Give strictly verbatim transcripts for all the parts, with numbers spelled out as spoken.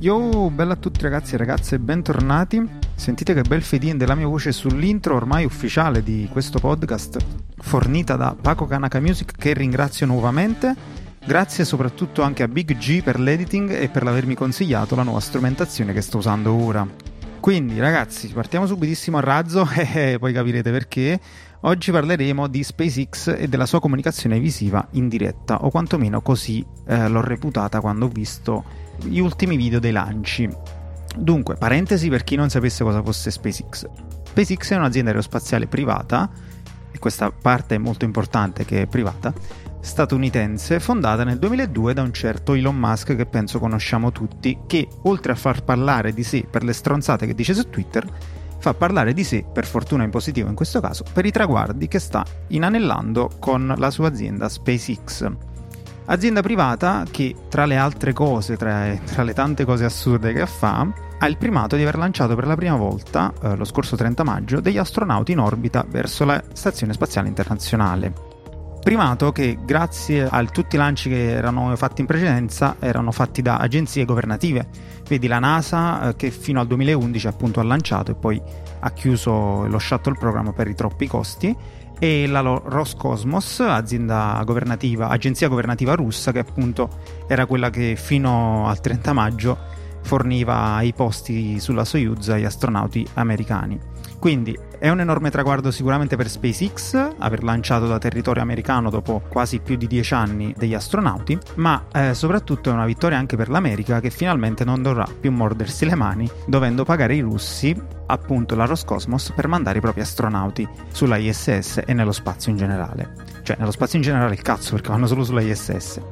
Yo, bella a tutti ragazzi e ragazze, bentornati. Sentite che bel fade-in della mia voce sull'intro ormai ufficiale di questo podcast, fornita da Paco Kanaka Music, che ringrazio nuovamente. Grazie soprattutto anche a Big G per l'editing e per avermi consigliato la nuova strumentazione che sto usando ora. Quindi ragazzi, partiamo subitissimo a razzo e poi capirete perché. Oggi parleremo di SpaceX e della sua comunicazione visiva in diretta, o quantomeno così eh, l'ho reputata quando ho visto gli ultimi video dei lanci. Dunque, parentesi per chi non sapesse cosa fosse SpaceX. SpaceX è un'azienda aerospaziale privata, e questa parte è molto importante che è privata, statunitense, fondata nel duemiladue da un certo Elon Musk, che penso conosciamo tutti, che oltre a far parlare di sé per le stronzate che dice su Twitter, fa parlare di sé, per fortuna in positivo in questo caso, per i traguardi che sta inanellando con la sua azienda SpaceX. Azienda privata che, tra le altre cose, tra, tra le tante cose assurde che fa, ha il primato di aver lanciato per la prima volta, eh, lo scorso trenta maggio, degli astronauti in orbita verso la Stazione Spaziale Internazionale. Primato che, grazie a tutti i lanci che erano fatti in precedenza, erano fatti da agenzie governative. Vedi la NASA eh, che fino al duemilaundici appunto ha lanciato e poi ha chiuso lo shuttle program per i troppi costi, e la Roscosmos, azienda governativa, agenzia governativa russa, che appunto era quella che fino al trenta maggio forniva i posti sulla Soyuz agli astronauti americani. Quindi è un enorme traguardo sicuramente per SpaceX aver lanciato da territorio americano dopo quasi più di dieci anni degli astronauti, ma eh, soprattutto è una vittoria anche per l'America, che finalmente non dovrà più mordersi le mani dovendo pagare i russi, appunto la Roscosmos, per mandare i propri astronauti sulla I S S e nello spazio in generale. Cioè nello spazio in generale il cazzo, perché vanno solo sulla I S S.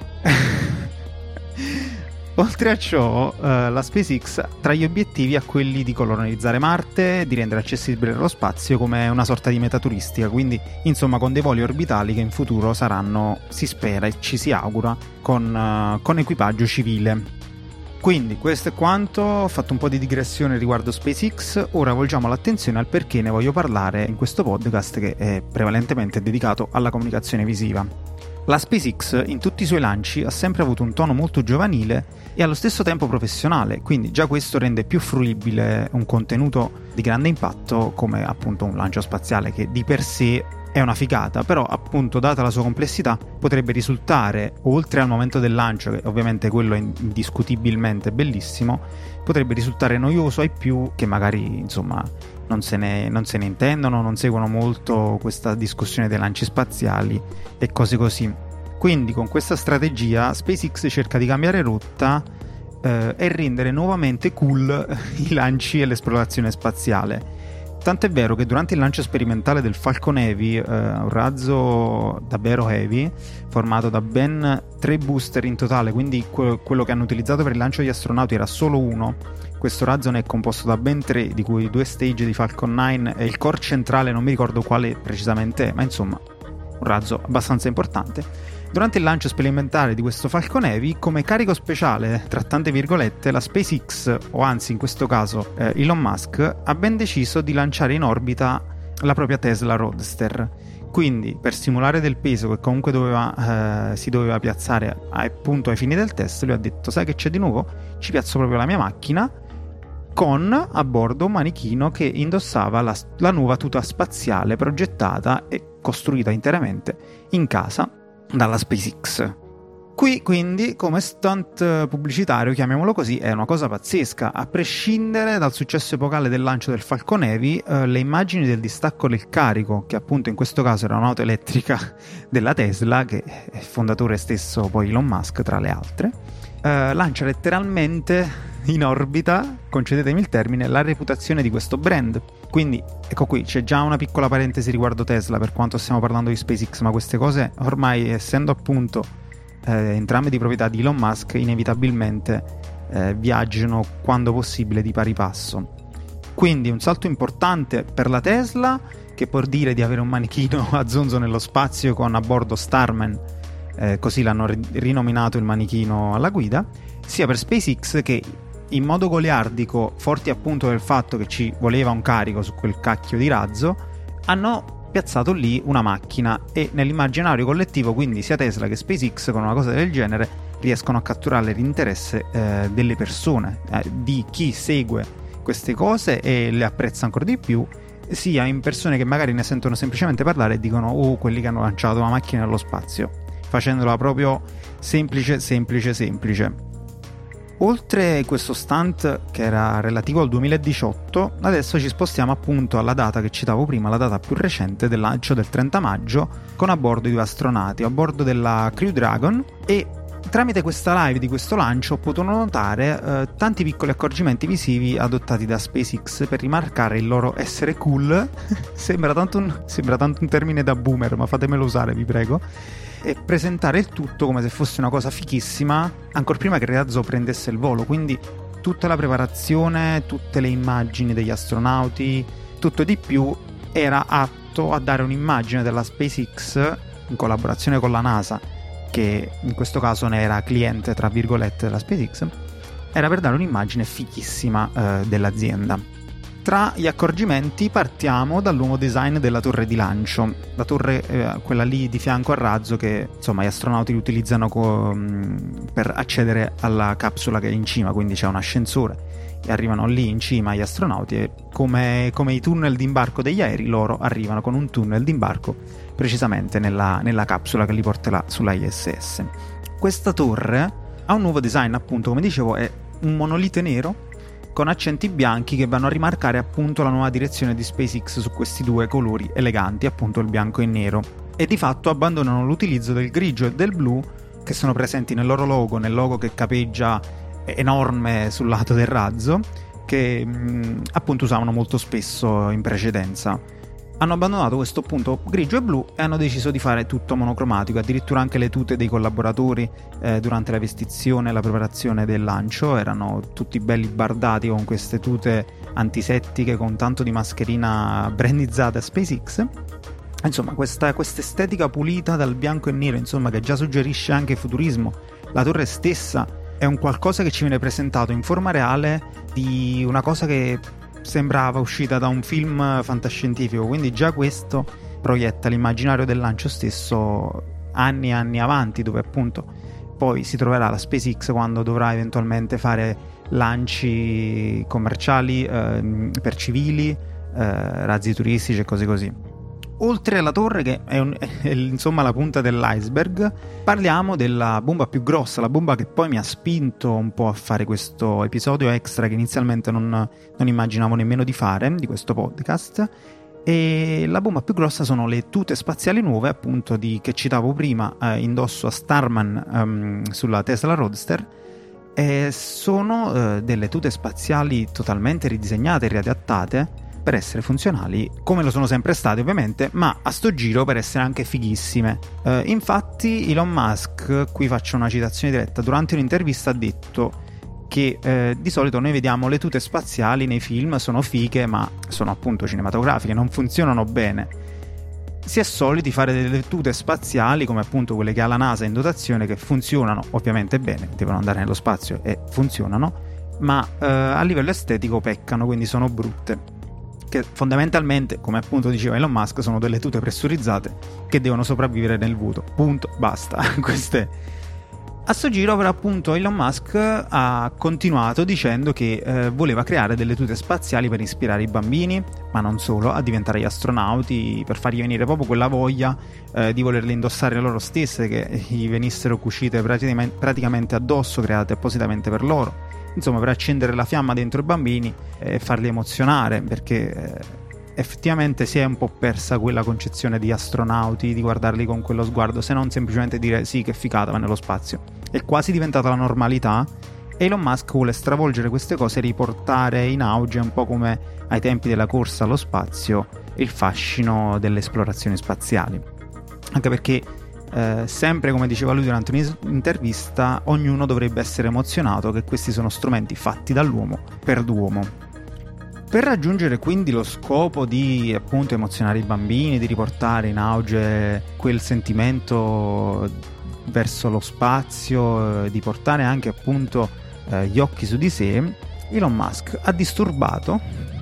Oltre a ciò, eh, la SpaceX tra gli obiettivi ha quelli di colonizzare Marte, di rendere accessibile lo spazio come una sorta di metaturistica, quindi insomma con dei voli orbitali che in futuro saranno, si spera e ci si augura, con, uh, con equipaggio civile. Quindi questo è quanto. Ho fatto un po' di digressione riguardo SpaceX, ora volgiamo l'attenzione al perché ne voglio parlare in questo podcast, che è prevalentemente dedicato alla comunicazione visiva. La SpaceX in tutti i suoi lanci ha sempre avuto un tono molto giovanile e allo stesso tempo professionale, quindi già questo rende più fruibile un contenuto di grande impatto come appunto un lancio spaziale, che di per sé è una figata, però appunto data la sua complessità potrebbe risultare, oltre al momento del lancio, che ovviamente quello è indiscutibilmente bellissimo, potrebbe risultare noioso ai più che magari insomma non se ne, non se ne intendono, non seguono molto questa discussione dei lanci spaziali e cose così. Quindi con questa strategia SpaceX cerca di cambiare rotta eh, e rendere nuovamente cool i lanci e l'esplorazione spaziale. Tant'è vero che durante il lancio sperimentale del Falcon Heavy, eh, un razzo davvero heavy, formato da ben tre booster in totale, quindi que- quello che hanno utilizzato per il lancio degli astronauti era solo uno. Questo razzo ne è composto da ben tre, di cui due stage di Falcon nove e il core centrale non mi ricordo quale precisamente è, ma insomma un razzo abbastanza importante. Durante il lancio sperimentale di questo Falcon Heavy, come carico speciale, tra tante virgolette, la SpaceX, o anzi in questo caso eh, Elon Musk, ha ben deciso di lanciare in orbita la propria Tesla Roadster. Quindi, per simulare del peso che comunque doveva, eh, si doveva piazzare appunto ai fini del test, lui ha detto: sai che c'è di nuovo? Ci piazzo proprio la mia macchina, con a bordo un manichino che indossava la, la nuova tuta spaziale progettata e costruita interamente in casa dalla SpaceX. Qui quindi, come stunt pubblicitario, chiamiamolo così, è una cosa pazzesca. A prescindere dal successo epocale del lancio del Falcon Heavy, eh, le immagini del distacco del carico, che appunto in questo caso era un'auto elettrica della Tesla, che è fondatore stesso poi Elon Musk tra le altre, eh, lancia letteralmente in orbita, concedetemi il termine, la reputazione di questo brand. Quindi ecco qui, c'è già una piccola parentesi riguardo Tesla, per quanto stiamo parlando di SpaceX, ma queste cose ormai, essendo appunto eh, entrambe di proprietà di Elon Musk, inevitabilmente eh, viaggiano quando possibile di pari passo. Quindi un salto importante per la Tesla, che può dire di avere un manichino a zonzo nello spazio con a bordo Starman, eh, così l'hanno ri- rinominato il manichino alla guida, sia per SpaceX che in modo goliardico, forti appunto del fatto che ci voleva un carico su quel cacchio di razzo, hanno piazzato lì una macchina, e nell'immaginario collettivo quindi sia Tesla che SpaceX con una cosa del genere riescono a catturare l'interesse eh, delle persone, eh, di chi segue queste cose e le apprezza ancora di più, sia in persone che magari ne sentono semplicemente parlare e dicono oh, quelli che hanno lanciato una macchina nello spazio, facendola proprio semplice, semplice, semplice. Oltre questo stunt che era relativo al duemiladiciotto, adesso ci spostiamo appunto alla data che citavo prima, la data più recente del lancio del trenta maggio, con a bordo i due astronauti, a bordo della Crew Dragon, e tramite questa live di questo lancio ho potuto notare eh, tanti piccoli accorgimenti visivi adottati da SpaceX per rimarcare il loro essere cool. sembra, tanto un, sembra tanto un termine da boomer, ma fatemelo usare, vi prego. E presentare il tutto come se fosse una cosa fichissima ancora prima che il razzo prendesse il volo. Quindi tutta la preparazione, tutte le immagini degli astronauti, tutto e di più era atto a dare un'immagine della SpaceX in collaborazione con la NASA, che in questo caso ne era cliente tra virgolette della SpaceX, era per dare un'immagine fichissima eh, dell'azienda. Tra gli accorgimenti partiamo dal nuovo design della torre di lancio, la torre eh, quella lì di fianco al razzo che insomma gli astronauti utilizzano co- mh, per accedere alla capsula che è in cima, quindi c'è un ascensore e arrivano lì in cima gli astronauti e come, come i tunnel d'imbarco degli aerei, loro arrivano con un tunnel d'imbarco precisamente nella, nella capsula che li porterà sulla I S S. Questa torre ha un nuovo design, appunto, come dicevo, è un monolite nero con accenti bianchi che vanno a rimarcare appunto la nuova direzione di SpaceX su questi due colori eleganti, appunto il bianco e il nero, e di fatto abbandonano l'utilizzo del grigio e del blu che sono presenti nel loro logo, nel logo che capeggia enorme sul lato del razzo, che mh, appunto usavano molto spesso in precedenza. Hanno abbandonato questo appunto grigio e blu e hanno deciso di fare tutto monocromatico, addirittura anche le tute dei collaboratori eh, durante la vestizione e la preparazione del lancio erano tutti belli bardati con queste tute antisettiche con tanto di mascherina brandizzata SpaceX. Insomma, questa estetica pulita dal bianco e nero, insomma, che già suggerisce anche futurismo. La torre stessa è un qualcosa che ci viene presentato in forma reale di una cosa che sembrava uscita da un film fantascientifico, quindi già questo proietta l'immaginario del lancio stesso anni e anni avanti, dove appunto poi si troverà la SpaceX quando dovrà eventualmente fare lanci commerciali eh, per civili, eh, razzi turistici e cose così. Oltre alla torre, che è, un, è insomma la punta dell'iceberg, parliamo della bomba più grossa, la bomba che poi mi ha spinto un po' a fare questo episodio extra che inizialmente non, non immaginavo nemmeno di fare, di questo podcast. E la bomba più grossa sono le tute spaziali nuove, appunto, di, che citavo prima, eh, indosso a Starman um, sulla Tesla Roadster. E sono eh, delle tute spaziali totalmente ridisegnate e riadattate per essere funzionali, come lo sono sempre state ovviamente, ma a sto giro per essere anche fighissime. Eh, infatti Elon Musk, qui faccio una citazione diretta, durante un'intervista ha detto che eh, di solito noi vediamo le tute spaziali nei film, sono fighe, ma sono appunto cinematografiche, non funzionano bene. Si è soliti fare delle tute spaziali come appunto quelle che ha la NASA in dotazione, che funzionano ovviamente bene, devono andare nello spazio e funzionano, ma eh, a livello estetico peccano, quindi sono brutte, che fondamentalmente, come appunto diceva Elon Musk, sono delle tute pressurizzate che devono sopravvivere nel vuoto, punto, basta. Queste. A sto giro però appunto Elon Musk ha continuato dicendo che eh, voleva creare delle tute spaziali per ispirare i bambini, ma non solo, a diventare gli astronauti, per fargli venire proprio quella voglia eh, di volerle indossare loro stesse, che gli venissero cucite praticamente, praticamente addosso, create appositamente per loro. Insomma, per accendere la fiamma dentro i bambini e farli emozionare, perché eh, effettivamente si è un po' persa quella concezione di astronauti, di guardarli con quello sguardo, se non semplicemente dire sì, che figata, va nello spazio. È quasi diventata la normalità e Elon Musk vuole stravolgere queste cose e riportare in auge, un po' come ai tempi della corsa allo spazio, il fascino delle esplorazioni spaziali. Anche perché Eh, sempre come diceva lui durante un'intervista, ognuno dovrebbe essere emozionato che questi sono strumenti fatti dall'uomo per l'uomo. Per raggiungere quindi lo scopo di appunto emozionare i bambini, di riportare in auge quel sentimento verso lo spazio, eh, di portare anche appunto eh, gli occhi su di sé, Elon Musk ha disturbato,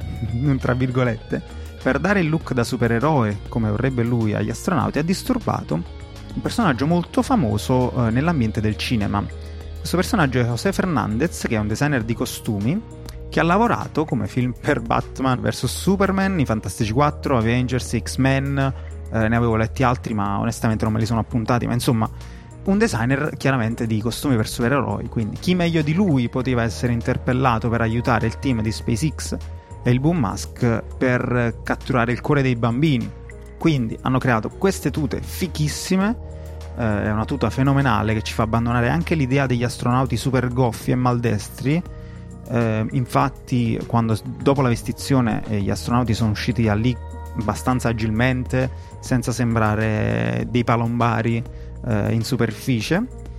tra virgolette, per dare il look da supereroe come vorrebbe lui agli astronauti, ha disturbato un personaggio molto famoso eh, nell'ambiente del cinema. Questo personaggio è José Fernandez, che è un designer di costumi che ha lavorato come film per Batman versus Superman, i Fantastici quattro, Avengers, X-Men, eh, ne avevo letti altri ma onestamente non me li sono appuntati, ma insomma un designer chiaramente di costumi per supereroi, quindi chi meglio di lui poteva essere interpellato per aiutare il team di SpaceX e il boom Musk per catturare il cuore dei bambini. Quindi hanno creato queste tute fichissime, eh, è una tuta fenomenale che ci fa abbandonare anche l'idea degli astronauti super goffi e maldestri. Eh, infatti quando dopo la vestizione eh, gli astronauti sono usciti da lì abbastanza agilmente, senza sembrare dei palombari eh, in superficie.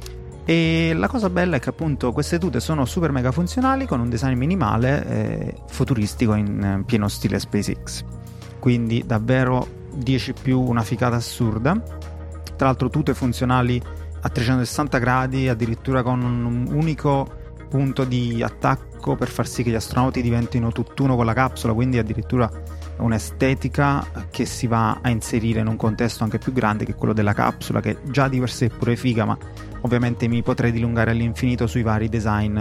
E la cosa bella è che appunto queste tute sono super mega funzionali, con un design minimale e futuristico in eh, pieno stile SpaceX, quindi davvero dieci più, una figata assurda. Tra l'altro tute funzionali a trecentosessanta gradi, addirittura con un unico punto di attacco per far sì che gli astronauti diventino tutt'uno con la capsula, quindi addirittura un'estetica che si va a inserire in un contesto anche più grande che quello della capsula, che già di per sé è pure figa, ma ovviamente mi potrei dilungare all'infinito sui vari design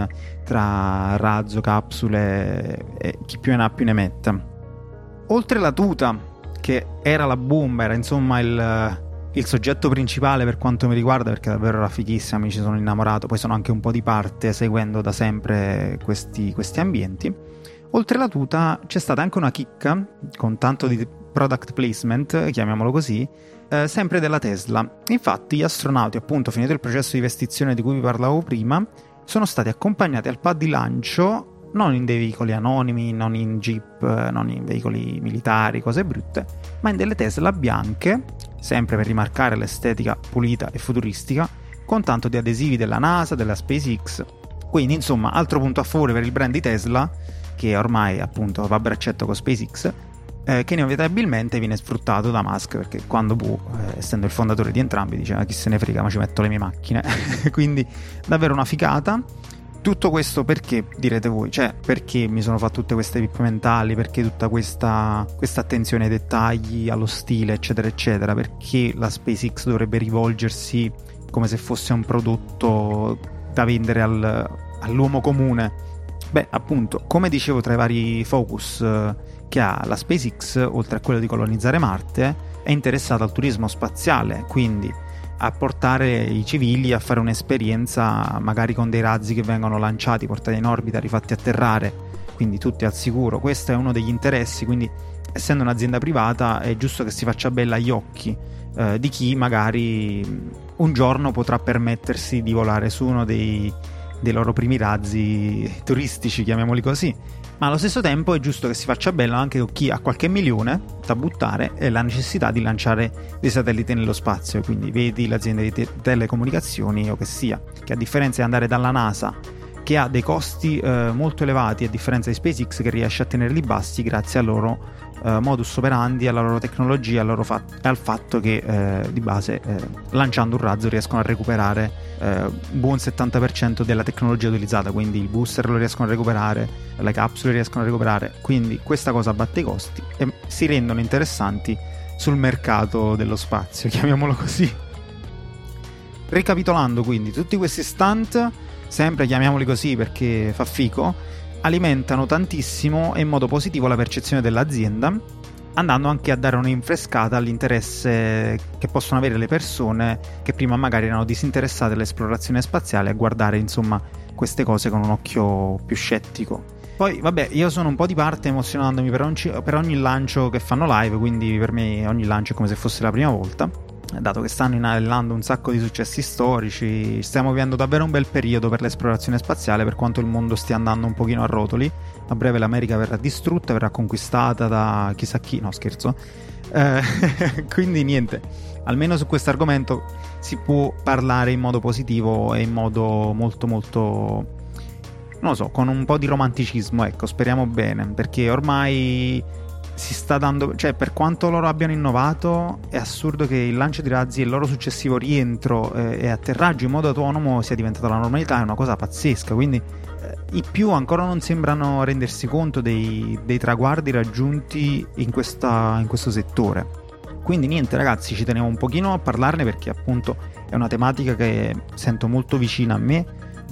tra razzo, capsule e chi più ne ha più ne metta. Oltre la tuta, che era la bomba, era insomma il il soggetto principale per quanto mi riguarda, perché davvero era fighissima, mi ci sono innamorato, poi sono anche un po' di parte seguendo da sempre questi, questi ambienti. Oltre la tuta c'è stata anche una chicca con tanto di product placement, chiamiamolo così, eh, sempre della Tesla. Infatti gli astronauti, appunto, finito il processo di vestizione di cui vi parlavo prima, sono stati accompagnati al pad di lancio non in dei veicoli anonimi, non in jeep, non in veicoli militari, cose brutte, ma in delle Tesla bianche, sempre per rimarcare l'estetica pulita e futuristica, con tanto di adesivi della NASA, della SpaceX. Quindi insomma altro punto a favore per il brand di Tesla, che ormai appunto va a braccetto con SpaceX, eh, che inevitabilmente viene sfruttato da Musk, perché quando può, eh, essendo il fondatore di entrambi, dice chi se ne frega, ma ci metto le mie macchine. Quindi davvero una figata. Tutto questo perché, direte voi, cioè perché mi sono fatto tutte queste pip mentali, perché tutta questa, questa attenzione ai dettagli, allo stile, eccetera eccetera, perché la SpaceX dovrebbe rivolgersi come se fosse un prodotto da vendere al, all'uomo comune? Beh, appunto, come dicevo, tra i vari focus che ha la SpaceX, oltre a quello di colonizzare Marte, è interessata al turismo spaziale, quindi a portare i civili a fare un'esperienza magari con dei razzi che vengono lanciati, portati in orbita, rifatti atterrare, quindi tutti al sicuro. Questo è uno degli interessi, quindi essendo un'azienda privata è giusto che si faccia bella agli occhi eh, di chi magari un giorno potrà permettersi di volare su uno dei, dei loro primi razzi turistici, chiamiamoli così. Ma allo stesso tempo è giusto che si faccia bello anche con chi ha qualche milione da buttare e la necessità di lanciare dei satelliti nello spazio, quindi vedi l'azienda di te- telecomunicazioni o che sia, che a differenza di andare dalla NASA, che ha dei costi eh, molto elevati, a differenza di SpaceX che riesce a tenerli bassi grazie al loro eh, modus operandi, alla loro tecnologia, al loro fat- e al fatto che eh, di base eh, lanciando un razzo riescono a recuperare eh, un buon settanta per cento della tecnologia utilizzata, quindi il booster lo riescono a recuperare, le capsule riescono a recuperare, quindi questa cosa abbatte i costi e si rendono interessanti sul mercato dello spazio, chiamiamolo così. Ricapitolando, quindi, tutti questi stunt, sempre chiamiamoli così perché fa fico, alimentano tantissimo e in modo positivo la percezione dell'azienda, andando anche a dare un'infrescata all'interesse che possono avere le persone che prima magari erano disinteressate all'esplorazione spaziale, a guardare insomma queste cose con un occhio più scettico. Poi vabbè, io sono un po' di parte emozionandomi per ogni, per ogni lancio che fanno live, quindi per me ogni lancio è come se fosse la prima volta, dato che stanno inanellando un sacco di successi storici. Stiamo vivendo davvero un bel periodo per l'esplorazione spaziale, per quanto il mondo stia andando un pochino a rotoli. A breve l'America verrà distrutta, verrà conquistata da chissà chi, no scherzo, eh, quindi niente, almeno su questo argomento si può parlare in modo positivo e in modo molto molto, non lo so, con un po' di romanticismo, ecco, speriamo bene, perché ormai si sta dando, cioè per quanto loro abbiano innovato è assurdo che il lancio di razzi e il loro successivo rientro eh, e atterraggio in modo autonomo sia diventata la normalità, è una cosa pazzesca, quindi eh, i più ancora non sembrano rendersi conto dei, dei traguardi raggiunti in, questa, in questo settore. Quindi niente ragazzi, ci tenevo un pochino a parlarne perché appunto è una tematica che sento molto vicina a me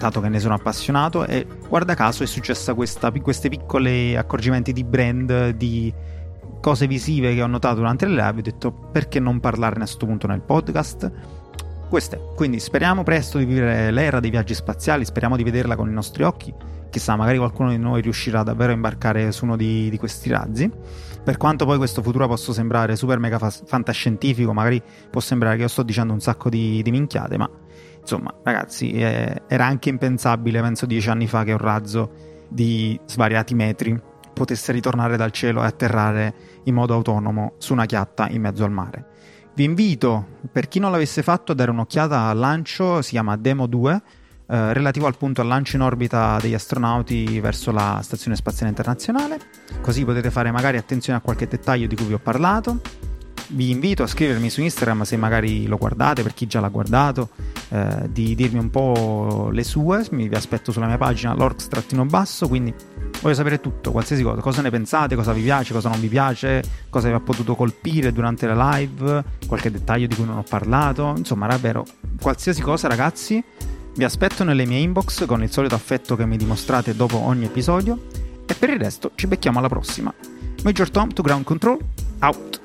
dato che ne sono appassionato, e guarda caso è successa questa, queste piccole accorgimenti di brand, di cose visive che ho notato durante le live. Ho detto, perché non parlarne a sto punto nel podcast? Queste. Quindi speriamo presto di vivere l'era dei viaggi spaziali, speriamo di vederla con i nostri occhi. Chissà, magari qualcuno di noi riuscirà davvero a imbarcare su uno di, di questi razzi. Per quanto poi questo futuro possa sembrare super mega fa- fantascientifico, magari può sembrare che io sto dicendo un sacco di, di minchiate, ma insomma, ragazzi, eh, era anche impensabile, penso dieci anni fa, che un razzo di svariati metri potesse ritornare dal cielo e atterrare in modo autonomo su una chiatta in mezzo al mare. Vi invito, per chi non l'avesse fatto, a dare un'occhiata al lancio, si chiama Demo due, eh, relativo al punto al lancio in orbita degli astronauti verso la Stazione Spaziale Internazionale, così potete fare magari attenzione a qualche dettaglio di cui vi ho parlato. Vi invito a scrivermi su Instagram se magari lo guardate, per chi già l'ha guardato, eh, di dirmi un po' le sue. Mi vi aspetto sulla mia pagina lorx-basso, quindi voglio sapere tutto, qualsiasi cosa, cosa ne pensate, cosa vi piace, cosa non vi piace, cosa vi ha potuto colpire durante la live, qualche dettaglio di cui non ho parlato, insomma davvero qualsiasi cosa, ragazzi. Vi aspetto nelle mie inbox con il solito affetto che mi dimostrate dopo ogni episodio, e per il resto ci becchiamo alla prossima. Major Tom to Ground Control, out!